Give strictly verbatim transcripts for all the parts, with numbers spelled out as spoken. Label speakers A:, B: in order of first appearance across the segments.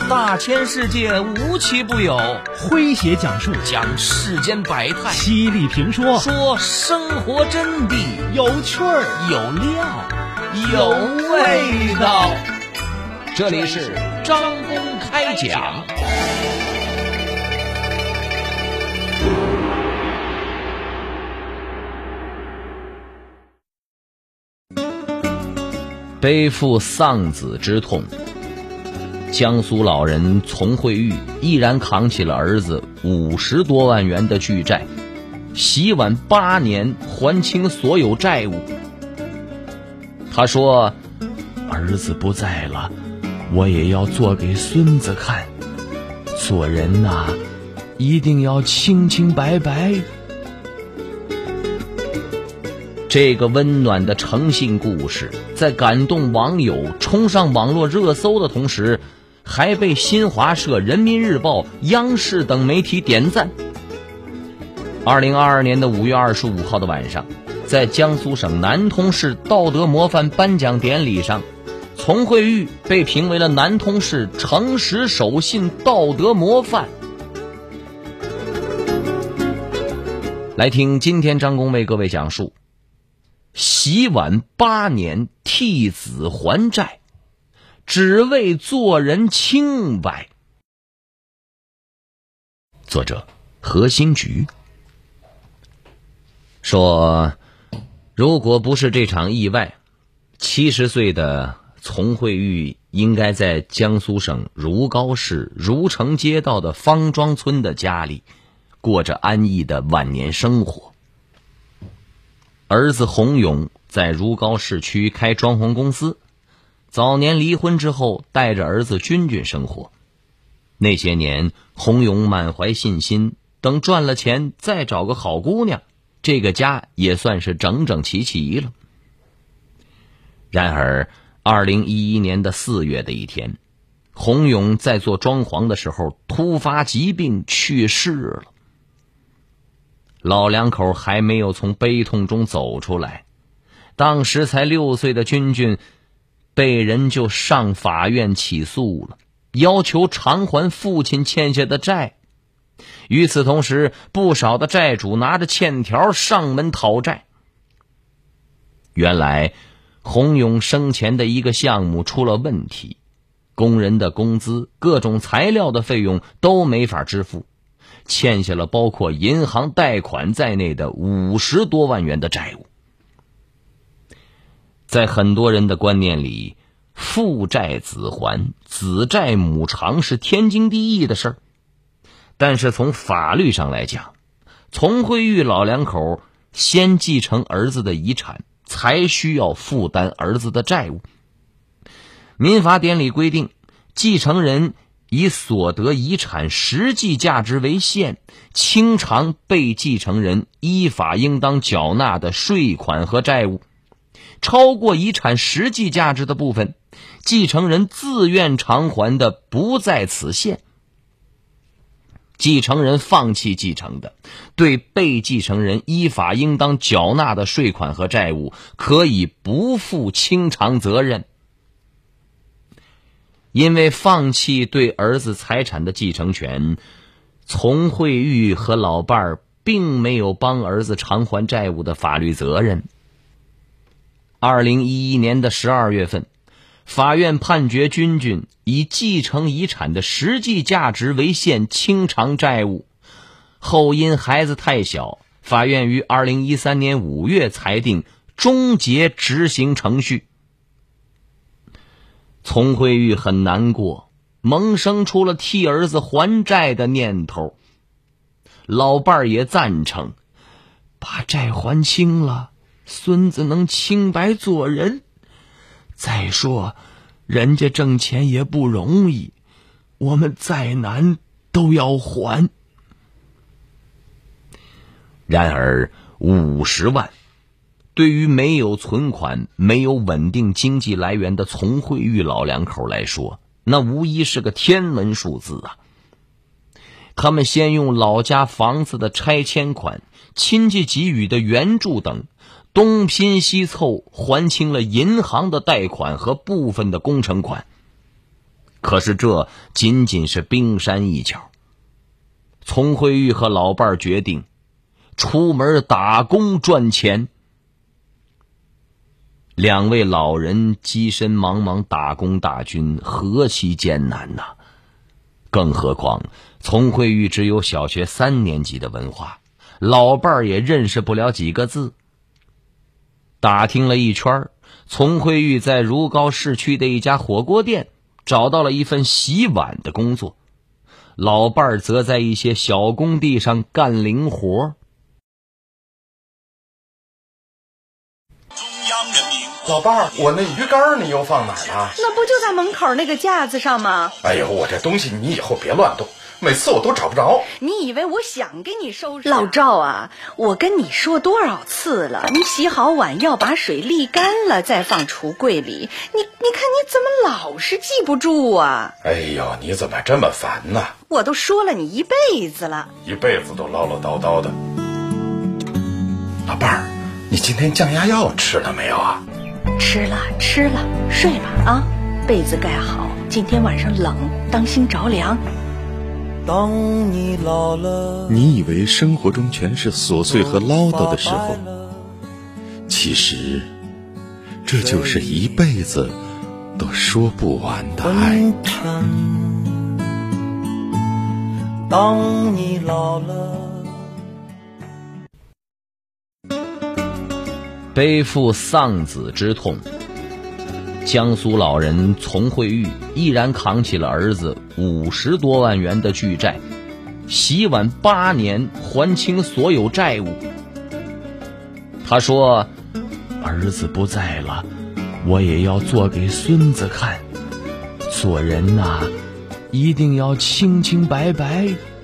A: 大千世界无奇不有，
B: 诙谐讲述
A: 讲世间百态，
B: 犀利评说
A: 说生活真谛，
B: 有趣儿
A: 有料有味道。这里是张公开讲。背负丧子之痛，江苏老人丛慧玉毅然扛起了儿子五十多万元的巨债，洗碗八年还清所有债务。他说，儿子不在了，我也要做给孙子看，做人呐、啊，一定要清清白白。这个温暖的诚信故事在感动网友冲上网络热搜的同时，还被新华社、人民日报、央视等媒体点赞。二零二二年的五月二十五号的晚上，在江苏省南通市道德模范颁奖典礼上，丛慧玉被评为了南通市诚实守信道德模范。来听今天张公为各位讲述洗碗八年替子还债，只为做人清白。作者何新菊说，如果不是这场意外，七十岁的丛慧玉应该在江苏省如皋市如城街道的方庄村的家里过着安逸的晚年生活。儿子洪勇在如皋市区开装潢公司，早年离婚之后带着儿子君君生活。那些年洪勇满怀信心，等赚了钱再找个好姑娘，这个家也算是整整齐齐了。然而二零一一年的四月的一天，洪勇在做装潢的时候突发疾病去世了。老两口还没有从悲痛中走出来，当时才六岁的君君被人就上法院起诉了，要求偿还父亲欠下的债。与此同时，不少的债主拿着欠条上门讨债。原来洪勇生前的一个项目出了问题，工人的工资、各种材料的费用都没法支付，欠下了包括银行贷款在内的五十多万元的债务。在很多人的观念里，父债子还，子债母偿是天经地义的事儿。但是从法律上来讲，丛慧玉老两口先继承儿子的遗产，才需要负担儿子的债务。民法典里规定，继承人以所得遗产实际价值为限，清偿被继承人依法应当缴纳的税款和债务。超过遗产实际价值的部分，继承人自愿偿还的不在此限。继承人放弃继承的，对被继承人依法应当缴纳的税款和债务，可以不负清偿责任。因为放弃对儿子财产的继承权，丛慧玉和老伴儿并没有帮儿子偿还债务的法律责任。二零一一年的十二月份，法院判决君君以继承遗产的实际价值为限清偿债务，后因孩子太小，法院于二零一三年五月裁定终结执行程序。丛慧玉很难过，萌生出了替儿子还债的念头。老伴儿也赞成，把债还清了，孙子能清白做人。再说人家挣钱也不容易，我们再难都要还。然而五十万对于没有存款、没有稳定经济来源的丛慧玉老两口来说，那无疑是个天文数字啊。他们先用老家房子的拆迁款、亲戚给予的援助等，东拼西凑还清了银行的贷款和部分的工程款。 可是这仅仅是冰山一角。丛慧玉和老伴儿决定出门打工赚钱。两位老人跻身茫茫打工大军，何其艰难呐！更何况丛慧玉只有小学三年级的文化，老伴儿也认识不了几个字。打听了一圈，丛慧玉在如皋市区的一家火锅店找到了一份洗碗的工作，老伴儿则在一些小工地上干零活。
C: 老伴儿，我那鱼竿你又放哪儿了？
D: 那不就在门口那个架子上吗？
C: 哎呦，我这东西你以后别乱动，每次我都找不着。
D: 你以为我想给你收拾？老赵啊，我跟你说多少次了，你洗好碗要把水沥干了再放橱柜里。你你看你怎么老是记不住啊？
C: 哎呦，你怎么这么烦呢？
D: 我都说了你一辈子了，
C: 一辈子都唠唠叨叨的。老伴儿，你今天降压药吃了没有啊？
D: 吃了吃了，睡吧啊，被子盖好，今天晚上冷，当心着凉。
E: 当你老了，
F: 你以为生活中全是琐碎和唠叨的时候，其实这就是一辈子都说不完的爱。
E: 当你老了，
A: 背负丧子之痛，江苏老人丛慧玉毅然扛起了儿子五十多万元的巨债，洗碗八年还清所有债务。他说：“儿子不在了，我也要做给孙子看。做人呐、啊，一定要清清白白。”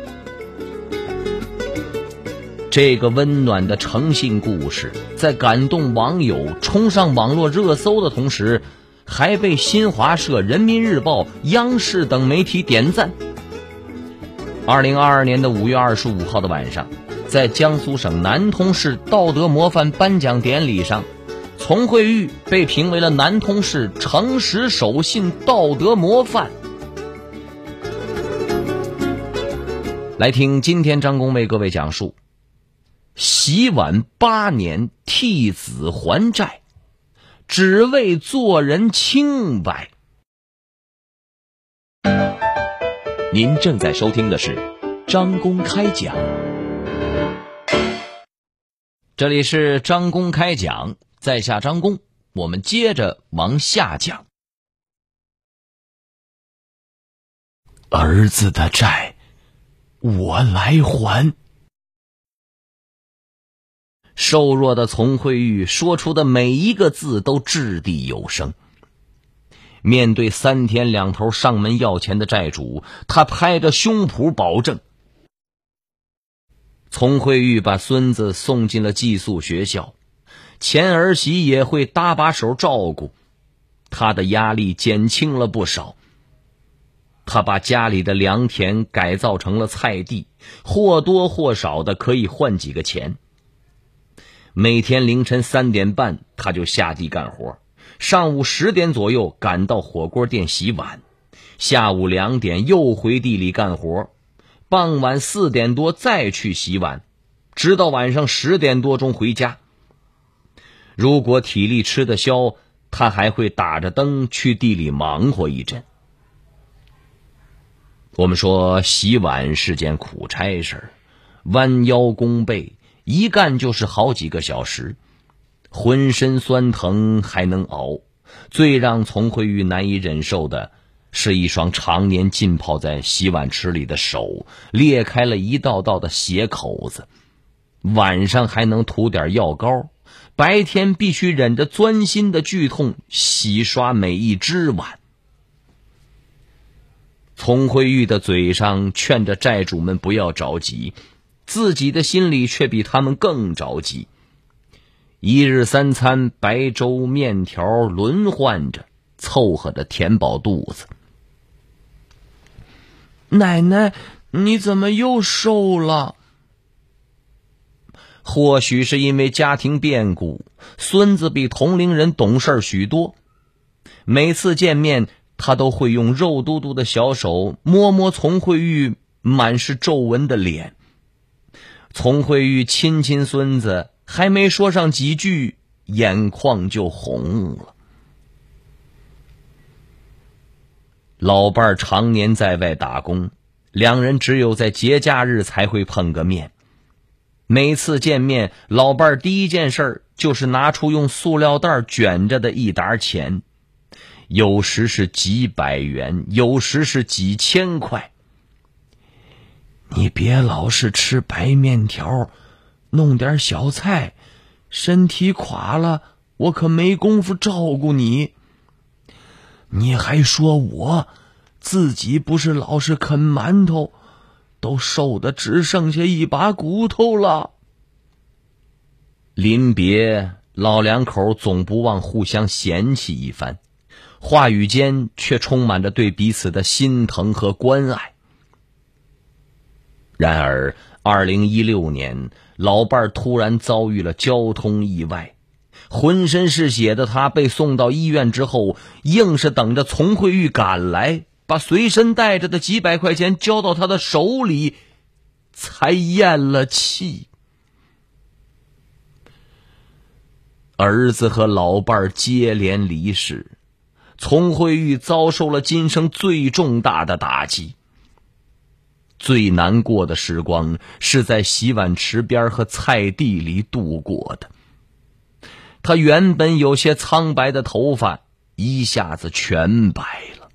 A: 这个温暖的诚信故事，在感动网友、冲上网络热搜的同时，还被新华社、人民日报、央视等媒体点赞。二零二二年的五月二十五号的晚上，在江苏省南通市道德模范颁奖典礼上，丛慧玉被评为了南通市诚实守信道德模范。来听今天张工为各位讲述洗碗八年替子还债，只为做人清白。
G: 您正在收听的是张公开讲，
A: 这里是张公开讲，在下张公，我们接着往下讲。儿子的债，我来还。瘦弱的丛慧玉说出的每一个字都掷地有声。面对三天两头上门要钱的债主，他拍着胸脯保证。丛慧玉把孙子送进了寄宿学校，前儿媳也会搭把手照顾，他的压力减轻了不少。他把家里的良田改造成了菜地，或多或少的可以换几个钱。每天凌晨三点半他就下地干活，上午十点左右赶到火锅店洗碗，下午两点又回地里干活，傍晚四点多再去洗碗，直到晚上十点多钟回家。如果体力吃得消，他还会打着灯去地里忙活一阵。我们说洗碗是件苦差事，弯腰弓背，一干就是好几个小时，浑身酸疼还能熬。最让丛慧玉难以忍受的是一双常年浸泡在洗碗池里的手裂开了一道道的血口子，晚上还能涂点药膏，白天必须忍着钻心的剧痛洗刷每一只碗。丛慧玉的嘴上劝着债主们不要着急，自己的心里却比他们更着急。一日三餐白粥面条轮换着，凑合着填饱肚子。奶奶，你怎么又瘦了？或许是因为家庭变故，孙子比同龄人懂事许多。每次见面， 他都会用肉嘟嘟的小手摸摸丛慧玉满是皱纹的脸。丛慧玉亲亲孙子，还没说上几句，眼眶就红了。老伴儿常年在外打工，两人只有在节假日才会碰个面。每次见面，老伴儿第一件事就是拿出用塑料袋卷着的一沓钱，有时是几百元，有时是几千块。你别老是吃白面条，弄点小菜，身体垮了，我可没工夫照顾你。你还说我自己不是老是啃馒头，都瘦得只剩下一把骨头了。临别，老两口总不忘互相嫌弃一番，话语间却充满着对彼此的心疼和关爱。然而二零一六年，老伴儿突然遭遇了交通意外，浑身是血的他被送到医院之后，硬是等着丛慧玉赶来，把随身带着的几百块钱交到他的手里，才咽了气。儿子和老伴儿接连离世，丛慧玉遭受了今生最重大的打击。最难过的时光是在洗碗池边和菜地里度过的。他原本有些苍白的头发一下子全白了。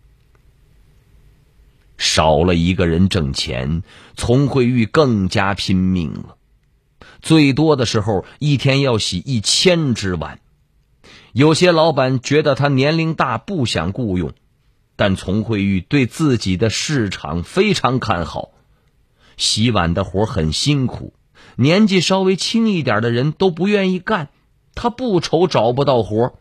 A: 少了一个人挣钱，丛慧玉更加拼命了。最多的时候一天要洗一千只碗。有些老板觉得他年龄大不想雇佣，但丛慧玉对自己的市场非常看好。洗碗的活很辛苦，年纪稍微轻一点的人都不愿意干，他不愁找不到活。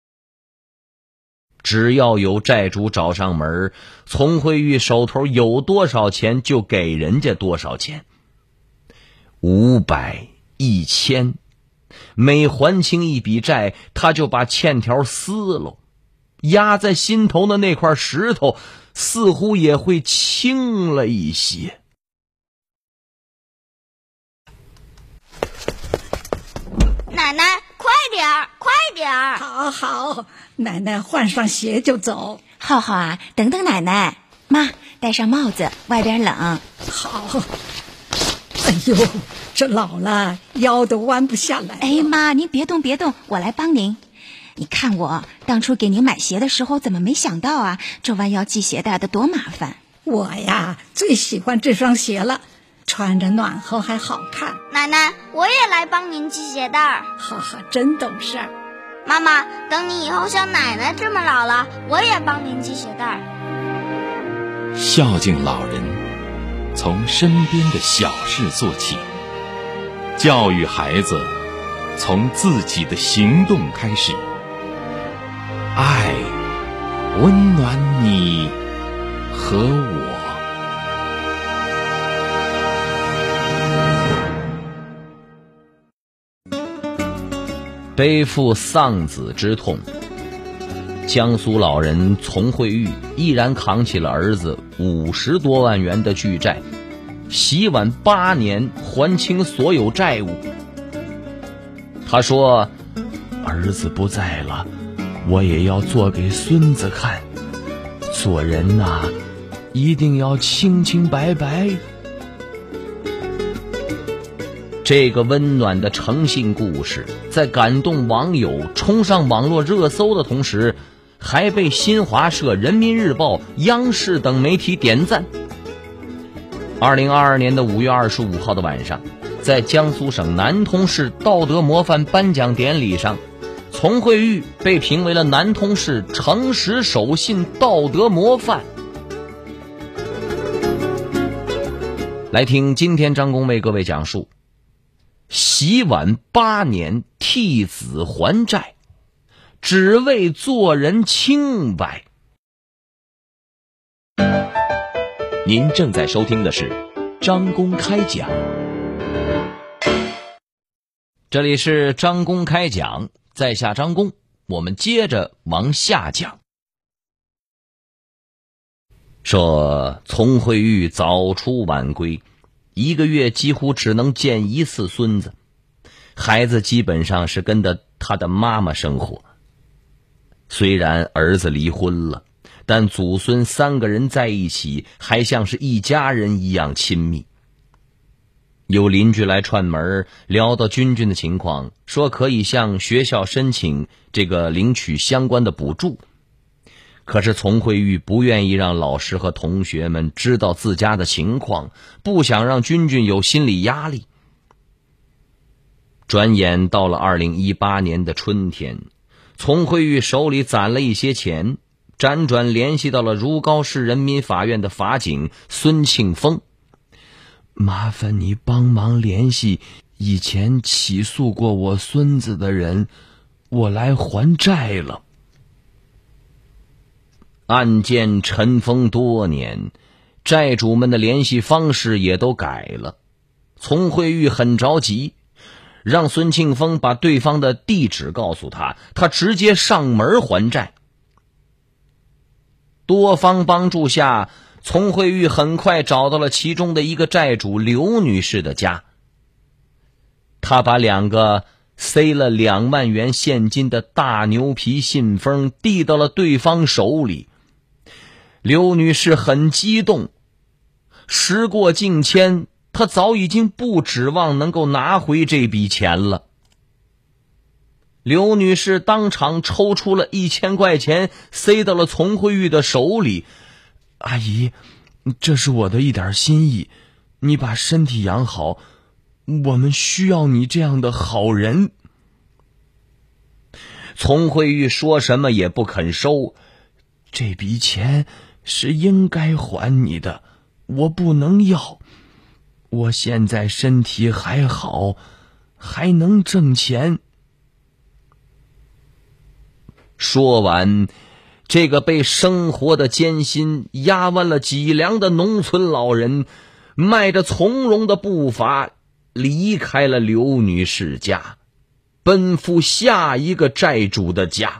A: 只要有债主找上门，丛慧玉手头有多少钱就给人家多少钱。五百、一千，每还清一笔债，他就把欠条撕了。压在心头的那块石头似乎也会轻了一些。
H: 奶奶，快点儿，快点儿！
I: 好好，奶奶换上鞋就走。
J: 浩浩啊，等等奶奶。妈，戴上帽子，外边冷。
I: 好。哎呦，这老了腰都弯不下来。
J: 哎妈，您别动别动，我来帮您。你看我当初给您买鞋的时候，怎么没想到啊？这弯腰系鞋带的多麻烦。
I: 我呀，最喜欢这双鞋了，穿着暖和还好看。
H: 奶奶，我也来帮您系鞋带。
I: 哈哈，真懂事儿。
H: 妈妈，等你以后像奶奶这么老了，我也帮您系鞋带。
F: 孝敬老人，从身边的小事做起，教育孩子，从自己的行动开始。爱温暖你和我。
A: 背负丧子之痛，江苏老人丛慧玉毅然扛起了儿子五十多万元的巨债，洗碗八年还清所有债务。他说：“儿子不在了，我也要做给孙子看。做人呐、啊，一定要清清白白。”这个温暖的诚信故事，在感动网友、冲上网络热搜的同时，还被新华社、人民日报、央视等媒体点赞。二零二二年的五月二十五号的晚上，在江苏省南通市道德模范颁奖典礼上，丛慧玉被评为了南通市诚实守信道德模范。来听今天张工为各位讲述洗碗八年替子还债，只为做人清白。
G: 您正在收听的是张公开讲，
A: 这里是张公开讲，在下张公，我们接着往下讲。 说丛慧玉早出晚归，一个月几乎只能见一次孙子，孩子基本上是跟着他的妈妈生活。虽然儿子离婚了，但祖孙三个人在一起还像是一家人一样亲密。有邻居来串门，聊到君君的情况，说可以向学校申请这个领取相关的补助。可是丛慧玉不愿意让老师和同学们知道自家的情况，不想让君君有心理压力。转眼到了二零一八年的春天，丛慧玉手里攒了一些钱，辗转联系到了如皋市人民法院的法警孙庆峰。
K: 麻烦你帮忙联系以前起诉过我孙子的人，我来还债了。
A: 案件尘封多年，债主们的联系方式也都改了。丛慧玉很着急，让孙庆峰把对方的地址告诉他，他直接上门还债。多方帮助下，丛慧玉很快找到了其中的一个债主刘女士的家。他把两个塞了两万元现金的大牛皮信封递到了对方手里。刘女士很激动，时过境迁，她早已经不指望能够拿回这笔钱了。刘女士当场抽出了一千块钱，塞到了丛慧玉的手里。
K: 阿姨，这是我的一点心意，你把身体养好，我们需要你这样的好人。
A: 丛慧玉说什么也不肯收，
K: 这笔钱是应该还你的，我不能要。我现在身体还好，还能挣钱。
A: 说完，这个被生活的艰辛压弯了脊梁的农村老人，迈着从容的步伐离开了刘女士家，奔赴下一个债主的家。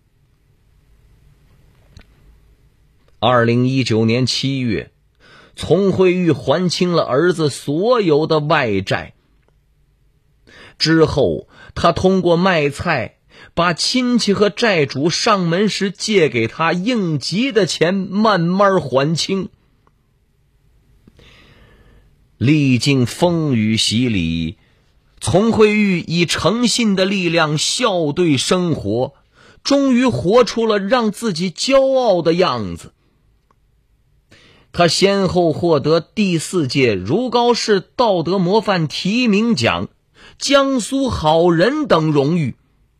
A: 二零一九年七月，丛慧玉还清了儿子所有的外债。之后，他通过卖菜，把亲戚和债主上门时借给他应急的钱慢慢还清。历经风雨洗礼，丛慧玉以诚信的力量笑对生活，终于活出了让自己骄傲的样子。他先后获得第四届如皋市道德模范提名奖、江苏好人等荣誉。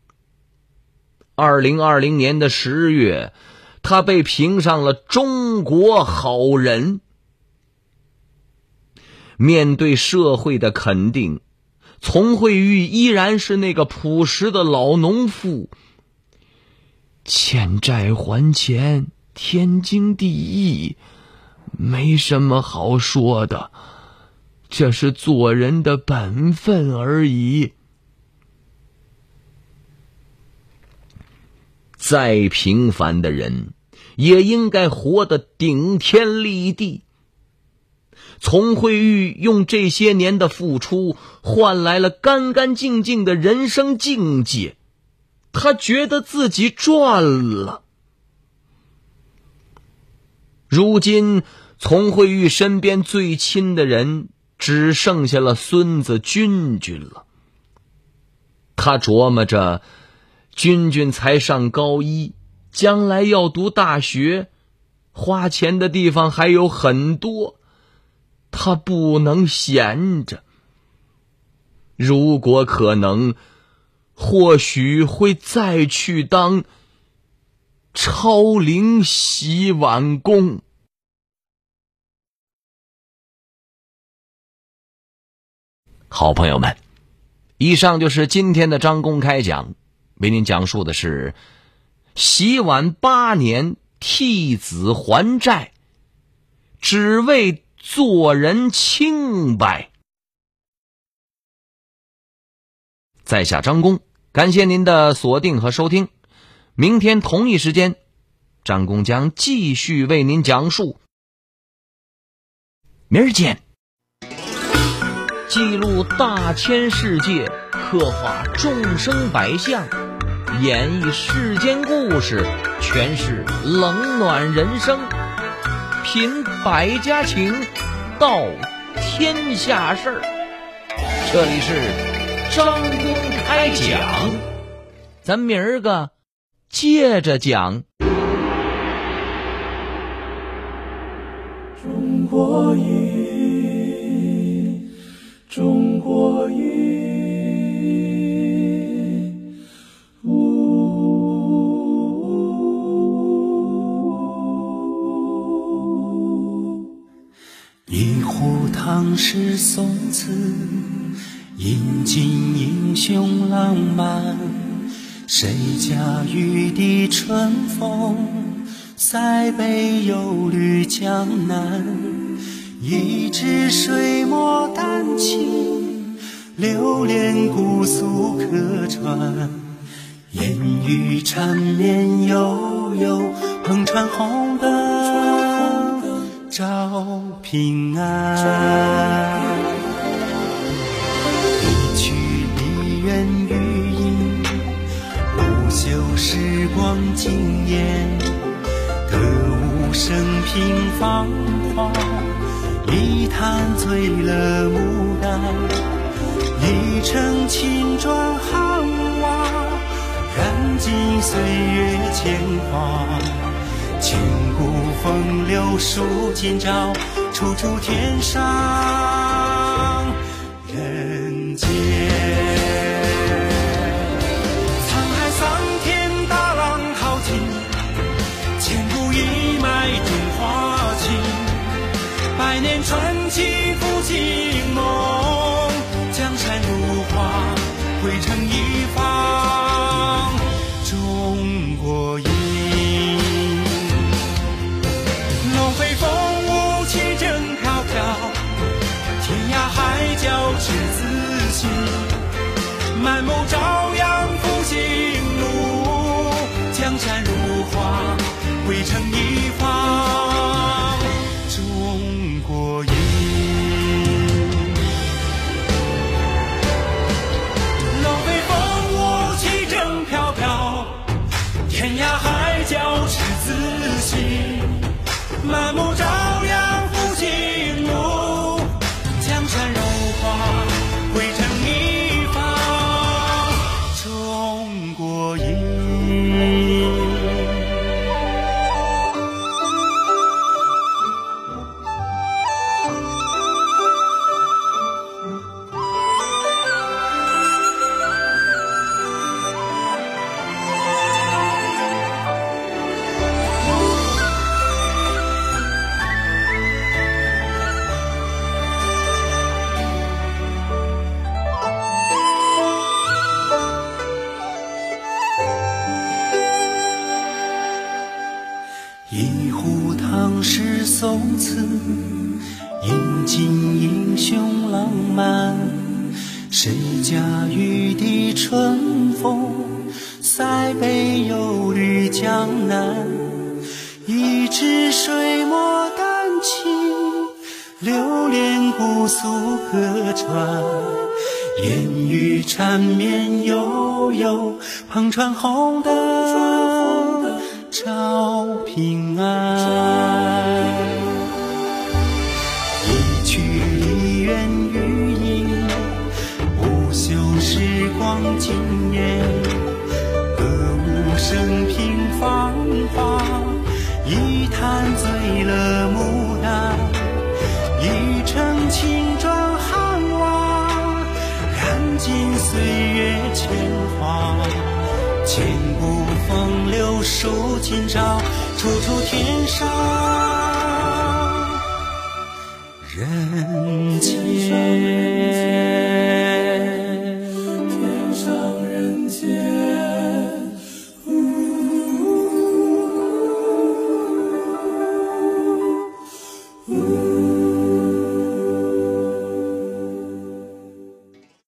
A: 二零二零年的十月，他被评上了中国好人。面对社会的肯定，丛慧玉依然是那个朴实的老农妇。
K: 欠债还钱，天经地义，没什么好说的，这是做人的本分而已。
A: 再平凡的人也应该活得顶天立地。丛慧玉用这些年的付出换来了干干净净的人生境界，他觉得自己赚了。如今丛慧玉身边最亲的人只剩下了孙子君君了。他琢磨着，君君才上高一，将来要读大学，花钱的地方还有很多，他不能闲着。如果可能，或许会再去当超龄洗碗工。好朋友们，以上就是今天的张公开讲，为您讲述的是洗碗八年替子还债，只为做人清白。在下张公，感谢您的锁定和收听。明天同一时间，张公将继续为您讲述
K: 明儿见。
A: 记录大千世界，刻画众生百相，演绎世间故事，诠释冷暖人生，品百家情，道天下事儿。这里是张公开讲，咱明儿个接着讲。
E: 中国语，中国语，一壶唐诗宋词，饮尽英雄浪漫。谁家玉笛春风，塞北又绿江南。一支水墨丹青，流连姑苏客船。烟雨缠绵悠悠，篷船红灯照平安。一曲梨园余音，不朽时光惊艳。歌舞升平芳华，一坛醉了牡丹。一城青砖汉瓦，燃尽岁月铅华。千古风流数今朝，处处天上人间。沧海桑田，大浪淘尽，千古一脉中华情。百年传奇复兴梦，江山如画，汇成一方中国音。龙飞凤舞，旗正飘飘，天涯海角赤子心。满目朝阳复兴路，江山如画，汇成一方中国音。龙飞凤舞，旗正飘飘，天涯海角赤子心。满目朝阳复兴路，江山如画，汇成一方中国音。一壶唐诗宋词，饮尽英雄浪漫。谁家玉笛春风，塞北又绿江南。一支水墨丹青，流连姑苏客船。烟雨缠绵悠悠，篷船红灯照平安。一曲梨园余音，不朽时光惊艳。歌舞升平芳华，一坛醉了牡丹。一城青砖汉瓦，燃尽岁月铅华。千古风流数今朝，处处天上人间。